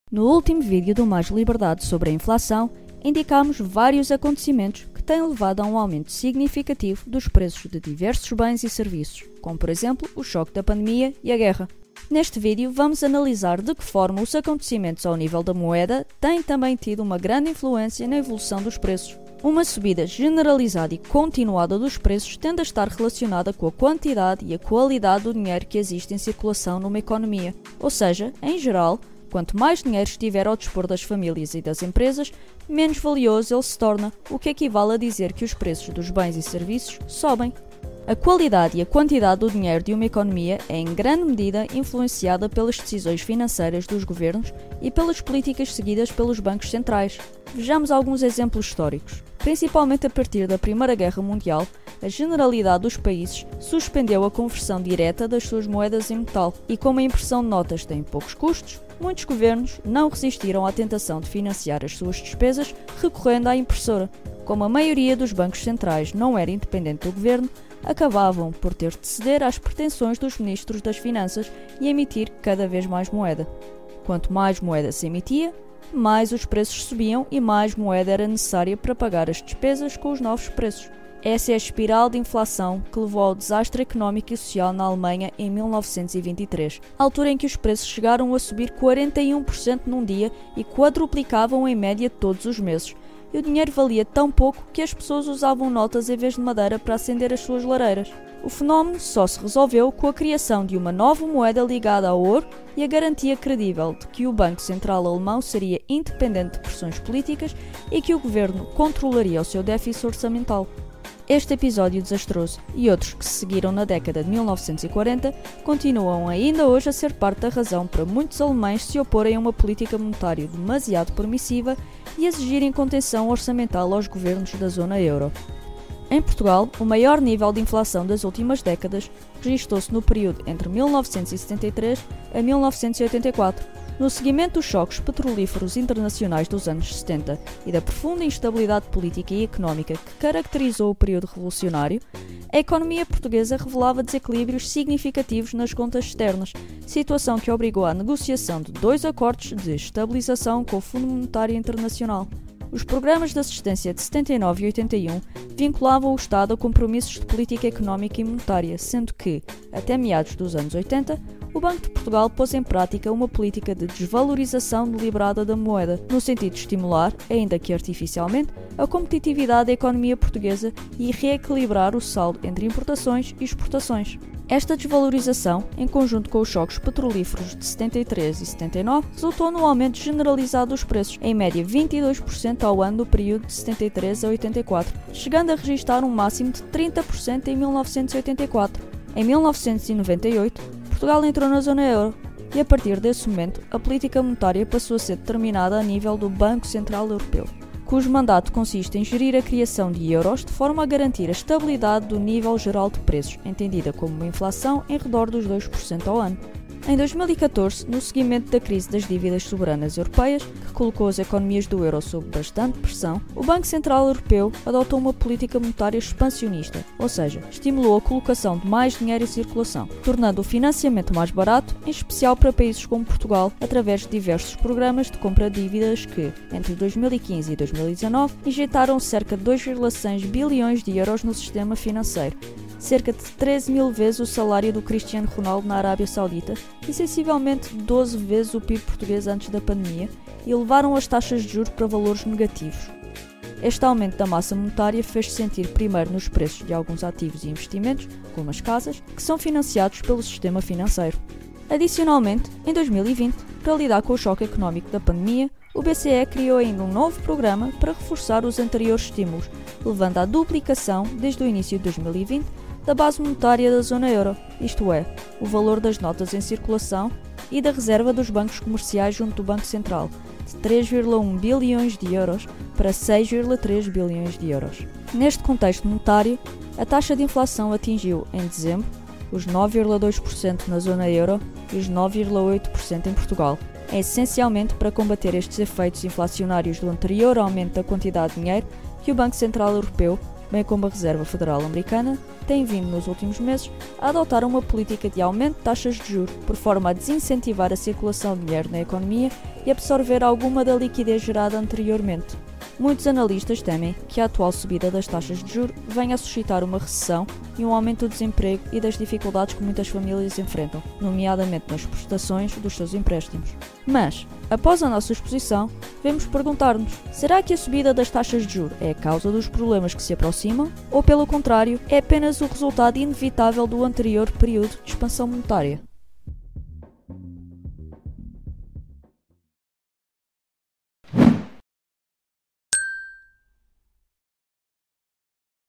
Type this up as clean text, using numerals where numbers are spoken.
No último vídeo do Mais Liberdade sobre a inflação, indicámos vários acontecimentos que têm levado a um aumento significativo dos preços de diversos bens e serviços, como por exemplo o choque da pandemia e a guerra. Neste vídeo vamos analisar de que forma os acontecimentos ao nível da moeda têm também tido uma grande influência na evolução dos preços. Uma subida generalizada e continuada dos preços tende a estar relacionada com a quantidade e a qualidade do dinheiro que existe em circulação numa economia, ou seja, em geral, quanto mais dinheiro estiver ao dispor das famílias e das empresas, menos valioso ele se torna, o que equivale a dizer que os preços dos bens e serviços sobem. A qualidade e a quantidade do dinheiro de uma economia é em grande medida influenciada pelas decisões financeiras dos governos e pelas políticas seguidas pelos bancos centrais. Vejamos alguns exemplos históricos. Principalmente a partir da Primeira Guerra Mundial, a generalidade dos países suspendeu a conversão direta das suas moedas em metal e como a impressão de notas tem poucos custos, muitos governos não resistiram à tentação de financiar as suas despesas recorrendo à impressora. Como a maioria dos bancos centrais não era independente do governo, acabavam por ter de ceder às pretensões dos ministros das Finanças e emitir cada vez mais moeda. Quanto mais moeda se emitia, mais os preços subiam e mais moeda era necessária para pagar as despesas com os novos preços. Essa é a espiral de inflação que levou ao desastre económico e social na Alemanha em 1923, altura em que os preços chegaram a subir 41% num dia e quadruplicavam em média todos os meses. E o dinheiro valia tão pouco que as pessoas usavam notas em vez de madeira para acender as suas lareiras. O fenómeno só se resolveu com a criação de uma nova moeda ligada ao ouro e a garantia credível de que o Banco Central Alemão seria independente de pressões políticas e que o governo controlaria o seu déficit orçamental. Este episódio desastroso e outros que se seguiram na década de 1940 continuam ainda hoje a ser parte da razão para muitos alemães se oporem a uma política monetária demasiado permissiva e exigirem contenção orçamental aos governos da zona euro. Em Portugal, o maior nível de inflação das últimas décadas registrou-se no período entre 1973 a 1984. No seguimento dos choques petrolíferos internacionais dos anos 70 e da profunda instabilidade política e económica que caracterizou o período revolucionário, a economia portuguesa revelava desequilíbrios significativos nas contas externas, situação que obrigou à negociação de 2 acordos de estabilização com o Fundo Monetário Internacional. Os programas de assistência de 79 e 81 vinculavam o Estado a compromissos de política económica e monetária, sendo que, até meados dos anos 80, o Banco de Portugal pôs em prática uma política de desvalorização deliberada da moeda, no sentido de estimular, ainda que artificialmente, a competitividade da economia portuguesa e reequilibrar o saldo entre importações e exportações. Esta desvalorização, em conjunto com os choques petrolíferos de 73 e 79, resultou no aumento generalizado dos preços, em média 22% ao ano no período de 73 a 84, chegando a registrar um máximo de 30% em 1984. Em 1998, Portugal entrou na zona euro e, a partir desse momento, a política monetária passou a ser determinada a nível do Banco Central Europeu, cujo mandato consiste em gerir a criação de euros de forma a garantir a estabilidade do nível geral de preços, entendida como uma inflação em redor dos 2% ao ano. Em 2014, no seguimento da crise das dívidas soberanas europeias, que colocou as economias do euro sob bastante pressão, o Banco Central Europeu adotou uma política monetária expansionista, ou seja, estimulou a colocação de mais dinheiro em circulação, tornando o financiamento mais barato, em especial para países como Portugal, através de diversos programas de compra de dívidas que, entre 2015 e 2019, injetaram cerca de 2,6 bilhões de euros no sistema financeiro, cerca de 13 mil vezes o salário do Cristiano Ronaldo na Arábia Saudita e sensivelmente 12 vezes o PIB português antes da pandemia, e elevaram as taxas de juros para valores negativos. Este aumento da massa monetária fez-se sentir primeiro nos preços de alguns ativos e investimentos, como as casas, que são financiados pelo sistema financeiro. Adicionalmente, em 2020, para lidar com o choque económico da pandemia, o BCE criou ainda um novo programa para reforçar os anteriores estímulos, levando à duplicação, desde o início de 2020, da base monetária da zona euro, isto é, o valor das notas em circulação e da reserva dos bancos comerciais junto do Banco Central, de 3,1 bilhões de euros para 6,3 bilhões de euros. Neste contexto monetário, a taxa de inflação atingiu, em dezembro, os 9,2% na zona euro e os 9,8% em Portugal. É essencialmente para combater estes efeitos inflacionários do anterior aumento da quantidade de dinheiro que o Banco Central Europeu bem como a Reserva Federal Americana, têm vindo nos últimos meses a adotar uma política de aumento de taxas de juros, por forma a desincentivar a circulação de dinheiro na economia e absorver alguma da liquidez gerada anteriormente. Muitos analistas temem que a atual subida das taxas de juros venha a suscitar uma recessão e um aumento do desemprego e das dificuldades que muitas famílias enfrentam, nomeadamente nas prestações dos seus empréstimos. Mas, após a nossa exposição, devemos perguntar-nos: será que a subida das taxas de juros é a causa dos problemas que se aproximam? Ou, pelo contrário, é apenas o resultado inevitável do anterior período de expansão monetária?